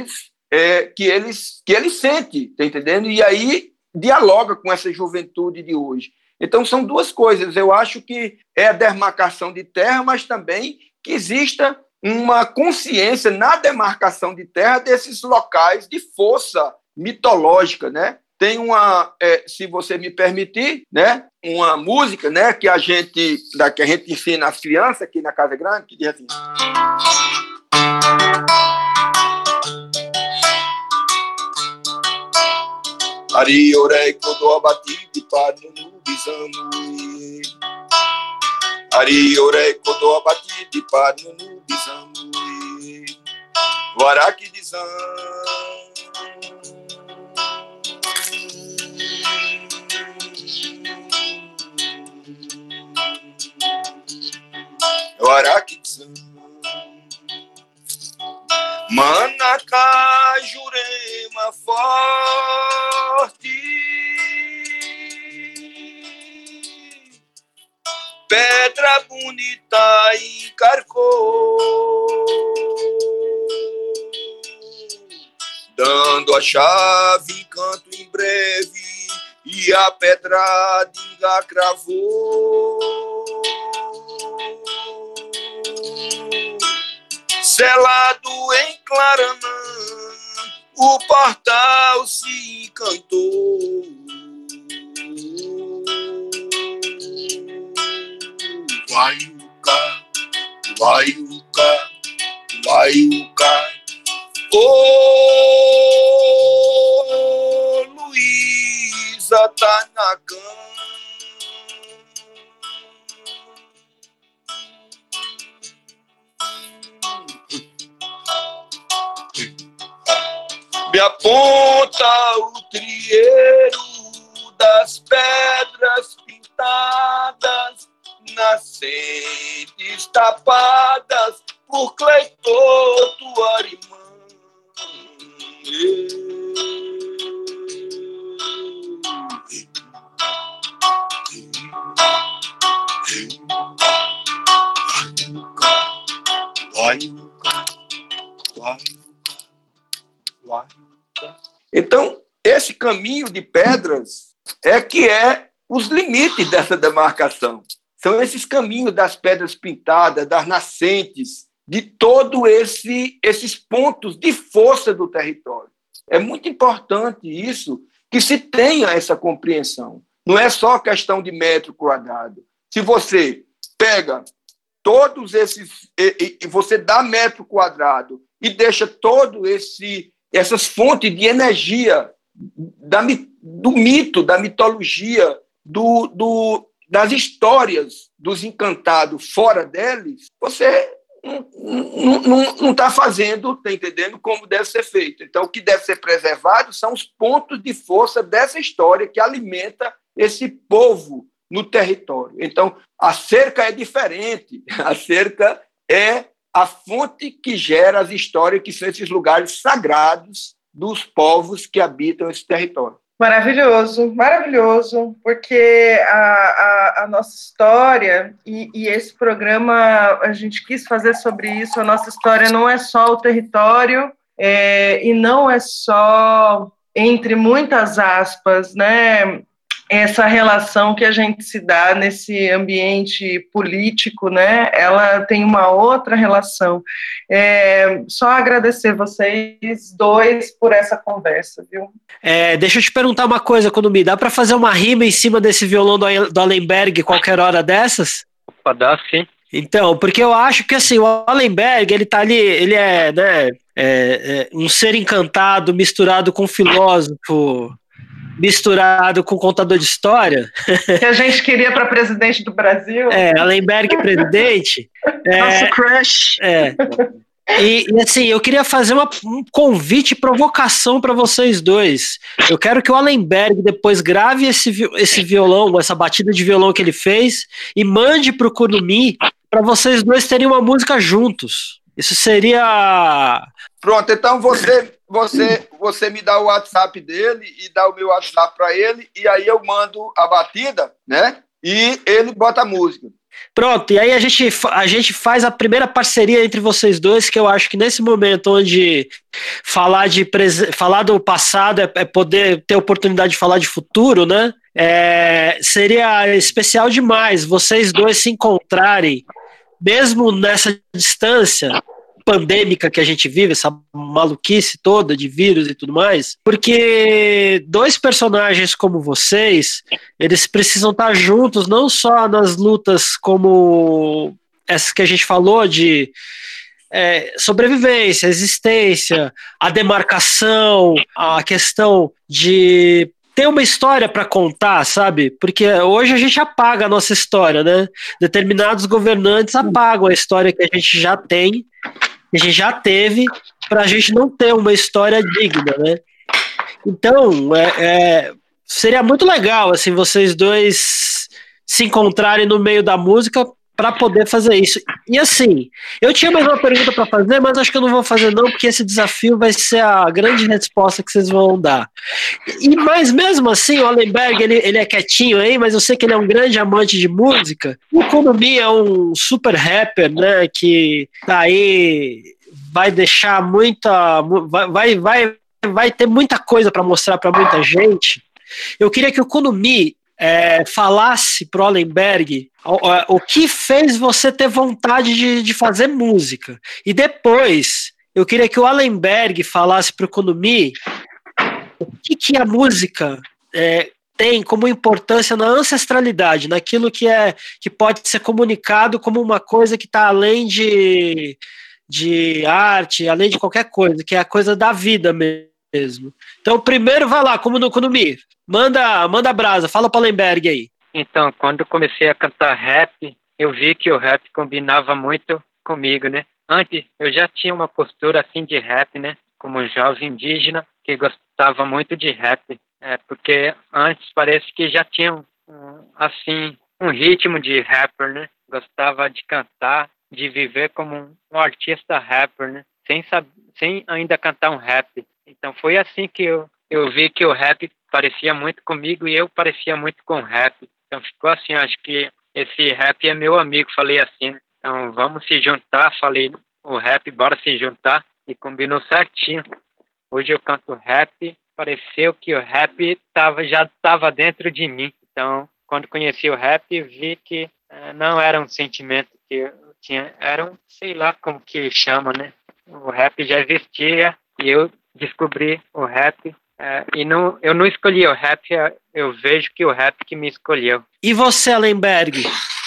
[SPEAKER 5] ele sente, tá entendendo? E aí dialoga com essa juventude de hoje. Então, são duas coisas. Eu acho que é a demarcação de terra, mas também que exista uma consciência na demarcação de terra desses locais de força mitológica, né? Tem se você me permitir, né, uma música, né, que a gente ensina às crianças aqui na Casa Grande, que diz assim: Ari orei kodo abati de pano no bizamui. Ari orei kodo abati de pano no bizamui. Waraki dizam. Waraki dizam. Manacá Jurema forte, pedra bonita encarcou, dando a chave em canto em breve e a pedrada cravou. Selado em Claranã, o portal se encantou. Guaiuca, Guaiuca, Guaiuca. Ô, Luísa tá na cama. Me aponta o trieiro das pedras pintadas, nascentes tapadas por Cleitor, tua irmã. Então, esse caminho de pedras é os limites dessa demarcação. São esses caminhos das pedras pintadas, das nascentes, de todos esses pontos de força do território. É muito importante isso, que se tenha essa compreensão. Não é só questão de metro quadrado. Se você pega todos esses, e você dá metro quadrado e deixa essas fontes de energia do mito, da mitologia, das histórias dos encantados fora deles, você não está fazendo, está entendendo como deve ser feito. Então, o que deve ser preservado são os pontos de força dessa história que alimenta esse povo no território. Então, a cerca é diferente. A cerca é a fonte que gera as histórias, que são esses lugares sagrados dos povos que habitam esse território.
[SPEAKER 3] Maravilhoso, maravilhoso, porque a nossa história e esse programa, a gente quis fazer sobre isso. A nossa história não é só o território e não é só, entre muitas aspas, né, essa relação que a gente se dá nesse ambiente político, né? Ela tem uma outra relação. Só agradecer vocês dois por essa conversa, viu?
[SPEAKER 1] Deixa eu te perguntar uma coisa, Kunumi, dá para fazer uma rima em cima desse violão do Allenberg qualquer hora dessas?
[SPEAKER 4] Opa, dá sim.
[SPEAKER 1] Então, porque eu acho que assim, o Allenberg, ele tá ali, ele é, né, um ser encantado misturado com filósofo, misturado com contador de história.
[SPEAKER 3] Que a gente queria para presidente do Brasil.
[SPEAKER 1] Allenberg presidente.
[SPEAKER 3] Nosso crush.
[SPEAKER 1] E assim, eu queria fazer um convite e provocação para vocês dois. Eu quero que o Allenberg depois grave esse violão, essa batida de violão que ele fez, e mande para o Kunumi para vocês dois terem uma música juntos. Isso seria...
[SPEAKER 5] Pronto, então você me dá o WhatsApp dele e dá o meu WhatsApp para ele, e aí eu mando a batida, né? E ele bota a música.
[SPEAKER 1] Pronto, e aí a gente faz a primeira parceria entre vocês dois, que eu acho que nesse momento onde falar do passado é poder ter a oportunidade de falar de futuro, né? Seria especial demais vocês dois se encontrarem, mesmo nessa distância pandêmica que a gente vive, essa maluquice toda de vírus e tudo mais, porque dois personagens como vocês, eles precisam estar juntos, não só nas lutas como essa que a gente falou de sobrevivência, existência, a demarcação, a questão de ter uma história para contar, sabe? Porque hoje a gente apaga a nossa história, né? Determinados governantes apagam a história que a gente já tem, que a gente já teve, para a gente não ter uma história digna, né? Então, seria muito legal, assim, vocês dois se encontrarem no meio da música para poder fazer isso. E assim, eu tinha mais uma pergunta para fazer, mas acho que eu não vou fazer não, porque esse desafio vai ser a grande resposta que vocês vão dar. Mas mesmo assim, o Allenberg, ele é quietinho aí, mas eu sei que ele é um grande amante de música. O Kunumi é um super rapper, né, que tá aí, vai deixar vai ter muita coisa para mostrar para muita gente. Eu queria que o Kunumi falasse pro Allenberg o que fez você ter vontade de fazer música. E depois, eu queria que o Allenberg falasse pro Kunumi o que a música tem como importância na ancestralidade, naquilo que pode ser comunicado como uma coisa que está além de arte, além de qualquer coisa, que é a coisa da vida mesmo. Então, primeiro vai lá, como no Kunumi, manda brasa, fala para o Allenberg aí.
[SPEAKER 4] Então, quando eu comecei a cantar rap, eu vi que o rap combinava muito comigo, né? Antes, eu já tinha uma postura assim de rap, né? Como um jovem indígena que gostava muito de rap. Porque antes parece que já tinha um ritmo de rapper, né? Gostava de cantar, de viver como um artista rapper, né? Sem ainda cantar um rap. Então foi assim que eu vi que o rap parecia muito comigo e eu parecia muito com o rap. Então ficou assim, acho que esse rap é meu amigo, falei assim. Então vamos se juntar, falei o rap, bora se juntar, e combinou certinho. Hoje eu canto rap, pareceu que o rap já estava dentro de mim. Então quando conheci o rap, vi que não era um sentimento que eu tinha, era sei lá como que chama, né? O rap já existia e eu descobri o rap. Eu não escolhi o rap, eu vejo que o rap que me escolheu.
[SPEAKER 1] E você, Allenberg?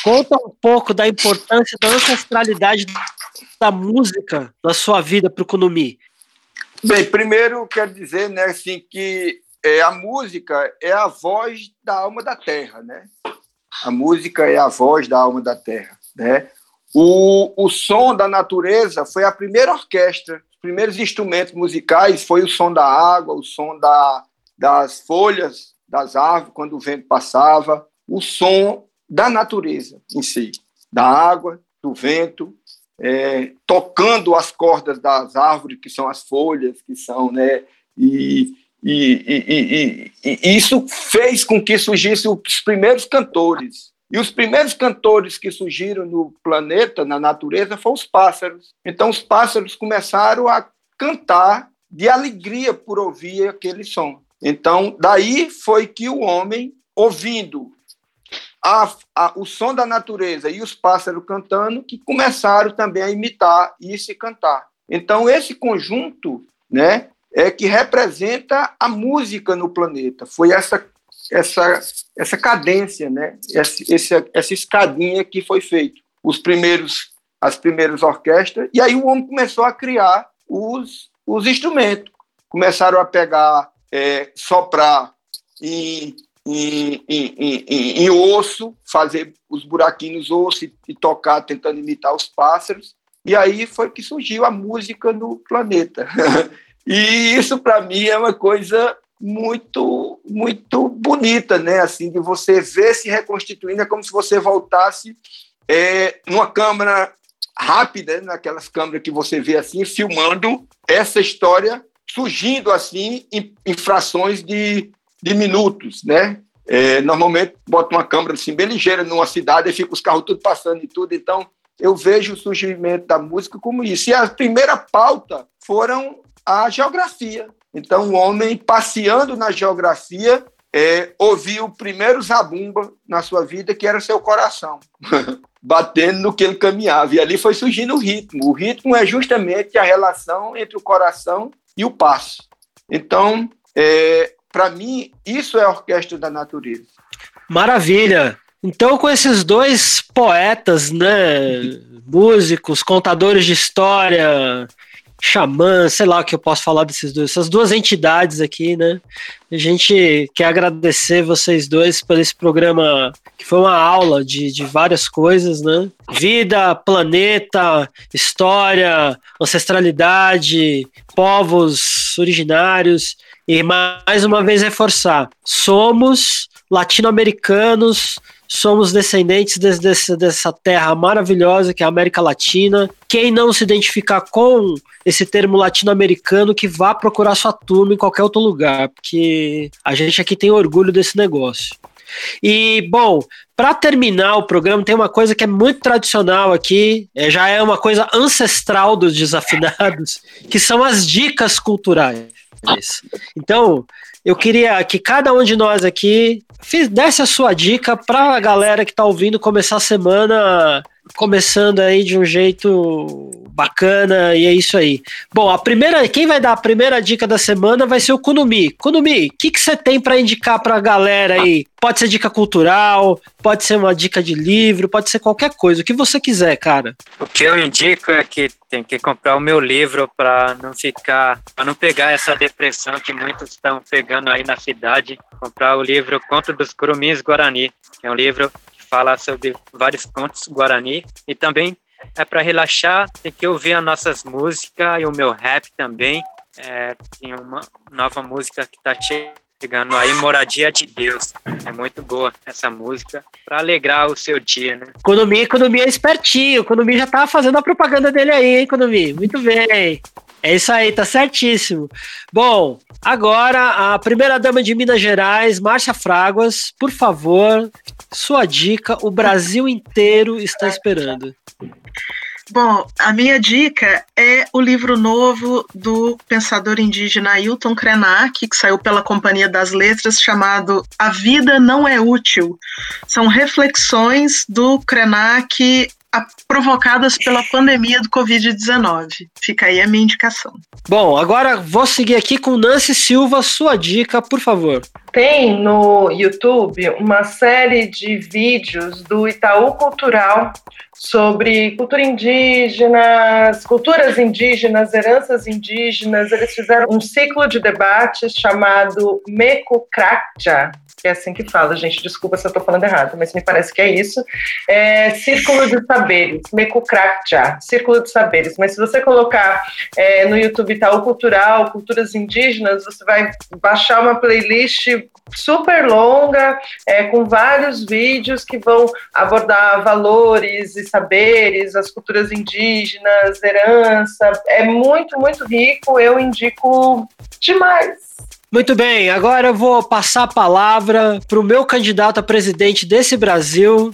[SPEAKER 1] Conta um pouco da importância da ancestralidade da música na sua vida para o Kunumi.
[SPEAKER 5] Bem, primeiro quero dizer, né, assim, que a música é a voz da alma da terra, né? A música é a voz da alma da terra, né? O som da natureza foi a primeira orquestra, os primeiros instrumentos musicais foi o som da água, o som das folhas das árvores quando o vento passava, o som da natureza em si, da água, do vento, tocando as cordas das árvores, que são as folhas, que são, né? E isso fez com que surgissem os primeiros cantores. E os primeiros cantores que surgiram no planeta, na natureza, foram os pássaros. Então, os pássaros começaram a cantar de alegria por ouvir aquele som. Então, daí foi que o homem, ouvindo o som da natureza e os pássaros cantando, que começaram também a imitar isso e cantar. Então, esse conjunto, né, é que representa a música no planeta. Foi essa cadência, né? Essa escadinha que foi feita. As primeiras orquestras, e aí o homem começou a criar os instrumentos. Começaram a pegar, soprar em osso, fazer os buraquinhos no osso e tocar, tentando imitar os pássaros. E aí foi que surgiu a música no planeta. E isso, para mim, é uma coisa muito, muito bonita, né? Assim, de você ver se reconstituindo, é como se você voltasse numa câmera rápida, naquelas câmeras que você vê assim, filmando essa história surgindo assim em frações de minutos, né? Normalmente bota uma câmera assim bem ligeira numa cidade e fica os carros tudo passando e tudo, então eu vejo o surgimento da música como isso. E a primeira pauta foram a geografia. Então, o homem, passeando na geografia, ouviu o primeiro zabumba na sua vida, que era seu coração, batendo no que ele caminhava. E ali foi surgindo o ritmo. O ritmo é justamente a relação entre o coração e o passo. Então, para mim, isso é a orquestra da natureza.
[SPEAKER 1] Maravilha! Então, com esses dois poetas, né, músicos, contadores de história, xamã, sei lá o que eu posso falar essas duas entidades aqui, né? A gente quer agradecer vocês dois por esse programa, que foi uma aula de várias coisas, né? Vida, planeta, história, ancestralidade, povos originários, e mais uma vez reforçar, somos latino-americanos, somos descendentes dessa terra maravilhosa que é a América Latina. Quem não se identificar com esse termo latino-americano, que vá procurar sua turma em qualquer outro lugar, porque a gente aqui tem orgulho desse negócio. E, bom, para terminar o programa, tem uma coisa que é muito tradicional aqui, já é uma coisa ancestral dos Desafinados, que são as dicas culturais. Então, eu queria que cada um de nós aqui desse a sua dica para a galera que está ouvindo começar a semana, começando aí de um jeito bacana, e é isso aí. Bom, quem vai dar a primeira dica da semana vai ser o Kunumi. Kunumi, o que você tem para indicar para a galera aí? Pode ser dica cultural, pode ser uma dica de livro, pode ser qualquer coisa, o que você quiser, cara.
[SPEAKER 4] O que eu indico é que tem que comprar o meu livro para não pegar essa depressão que muitos estão pegando aí na cidade. Comprar o livro Conto dos Curumis Guarani, que é um livro que fala sobre vários contos Guarani, e também é para relaxar, tem que ouvir as nossas músicas e o meu rap também. Tem uma nova música que está chegando aí, Moradia de Deus. É muito boa essa música, para alegrar o seu dia, né?
[SPEAKER 1] Kunumi é espertinho, o Kunumi já tá fazendo a propaganda dele aí, hein, Kunumi? Muito bem. É isso aí, tá certíssimo. Bom, agora a primeira-dama de Minas Gerais, Márcia Fraguas, por favor, sua dica, o Brasil inteiro está esperando.
[SPEAKER 3] Bom, a minha dica é o livro novo do pensador indígena Ailton Krenak, que saiu pela Companhia das Letras, chamado A Vida Não é Útil. São reflexões do Krenak provocadas pela pandemia do Covid-19. Fica aí a minha indicação.
[SPEAKER 1] Bom, agora vou seguir aqui com Nancy Silva, sua dica, por favor.
[SPEAKER 2] Tem no YouTube uma série de vídeos do Itaú Cultural sobre cultura indígena, culturas indígenas, heranças indígenas. Eles fizeram um ciclo de debates chamado Mekukrakja, que é assim que fala, gente, desculpa se eu estou falando errado, mas me parece que é isso. Círculo de Saberes, Mekukrakja, Círculo de Saberes. Mas se você colocar no YouTube Itaú Cultural, Culturas Indígenas, você vai baixar uma playlist super longa, com vários vídeos que vão abordar valores e saberes, as culturas indígenas, herança. É muito, muito rico, eu indico demais.
[SPEAKER 1] Muito bem, agora eu vou passar a palavra para o meu candidato a presidente desse Brasil,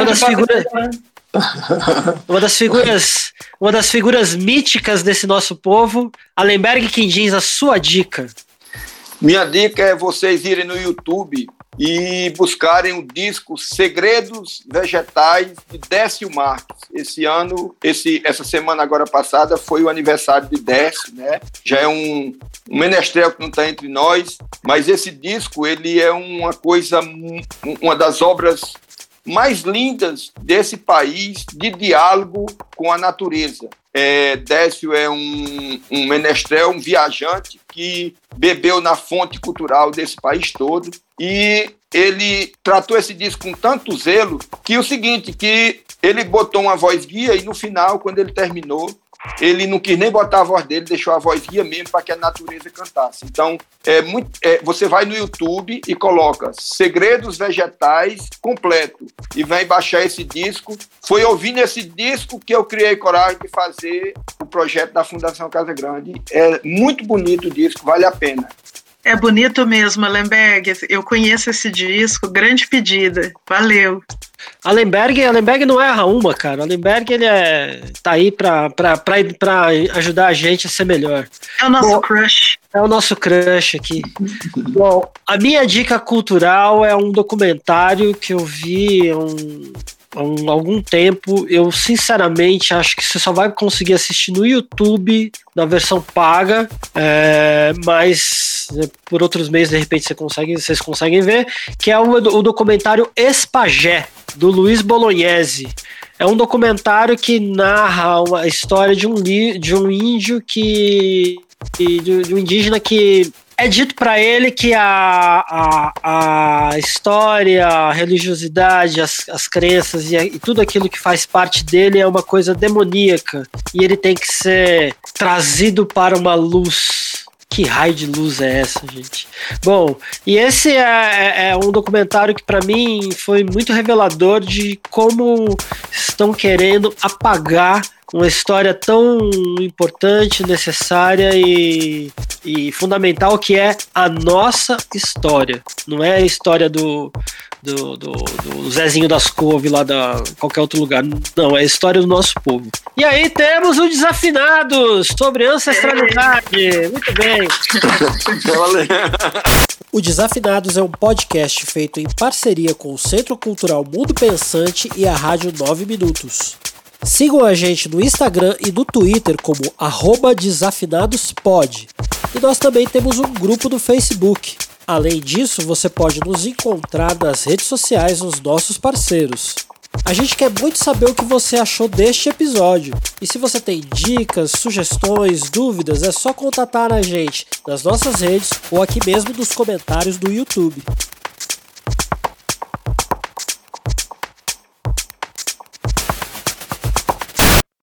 [SPEAKER 1] uma das figuras míticas desse nosso povo, Alemberg Quindins, a sua dica.
[SPEAKER 5] Minha dica é vocês irem no YouTube e buscarem o disco Segredos Vegetais de Décio Marques. Essa semana agora passada foi o aniversário de Décio, né? Já é um menestrel que não está entre nós, mas esse disco ele é uma das obras mais lindas desse país de diálogo com a natureza. Décio é um menestrel, um viajante que bebeu na fonte cultural desse país todo e ele tratou esse disco com tanto zelo que que ele botou uma voz guia e no final, quando ele terminou, ele não quis nem botar a voz dele, deixou a voz guia mesmo para que a natureza cantasse. Então, você vai no YouTube e coloca Segredos Vegetais completo e vem baixar esse disco. Foi ouvindo esse disco que eu criei coragem de fazer o projeto da Fundação Casa Grande. É muito bonito o disco, vale a pena.
[SPEAKER 3] É bonito mesmo, Alemberg. Eu conheço esse disco, grande pedida. Valeu.
[SPEAKER 1] Alemberg não erra uma, cara. Alemberg, ele tá aí pra ajudar a gente a ser melhor.
[SPEAKER 3] É o nosso crush.
[SPEAKER 1] É o nosso crush aqui. Bom, a minha dica cultural é um documentário que eu vi há algum tempo. Eu, sinceramente, acho que você só vai conseguir assistir no YouTube, na versão paga, mas por outros meios, de repente, vocês conseguem ver, que é o documentário Espagé, do Luiz Bolognese. É um documentário que narra a história de um índio de um indígena que é dito para ele que a história, a religiosidade, as crenças e tudo aquilo que faz parte dele é uma coisa demoníaca e ele tem que ser trazido para uma luz. Que raio de luz é essa, gente? Bom, e esse é um documentário que para mim foi muito revelador de como estão querendo apagar uma história tão importante, necessária e fundamental que é a nossa história. Não é a história do Zezinho das Couve lá qualquer outro lugar. Não, é a história do nosso povo. E aí temos o Desafinados sobre ancestralidade. Muito bem. O Desafinados é um podcast feito em parceria com o Centro Cultural Mundo Pensante e a Rádio 9 Minutos. Sigam a gente no Instagram e no Twitter como @desafinadospod. E nós também temos um grupo no Facebook. Além disso, você pode nos encontrar nas redes sociais dos nossos parceiros. A gente quer muito saber o que você achou deste episódio. E se você tem dicas, sugestões, dúvidas, é só contatar a gente nas nossas redes ou aqui mesmo nos comentários do YouTube.